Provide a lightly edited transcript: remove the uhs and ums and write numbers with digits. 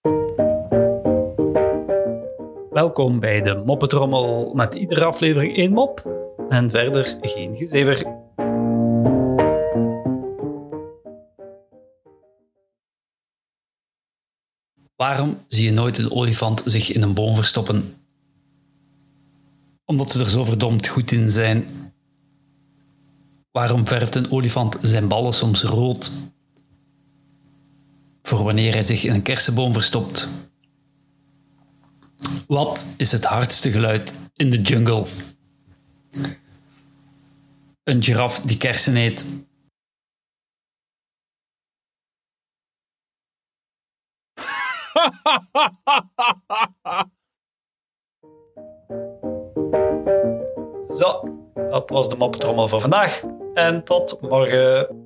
Welkom bij de Moppetrommel met iedere aflevering 1 mop en verder geen gezever. Waarom zie je nooit een olifant zich in een boom verstoppen? Omdat ze er zo verdomd goed in zijn. Waarom verft een olifant zijn ballen soms rood? Voor wanneer hij zich in een kersenboom verstopt. Wat is het hardste geluid in de jungle? Een giraf die kersen eet. Zo, dat was de moppetrommel voor vandaag. En tot morgen.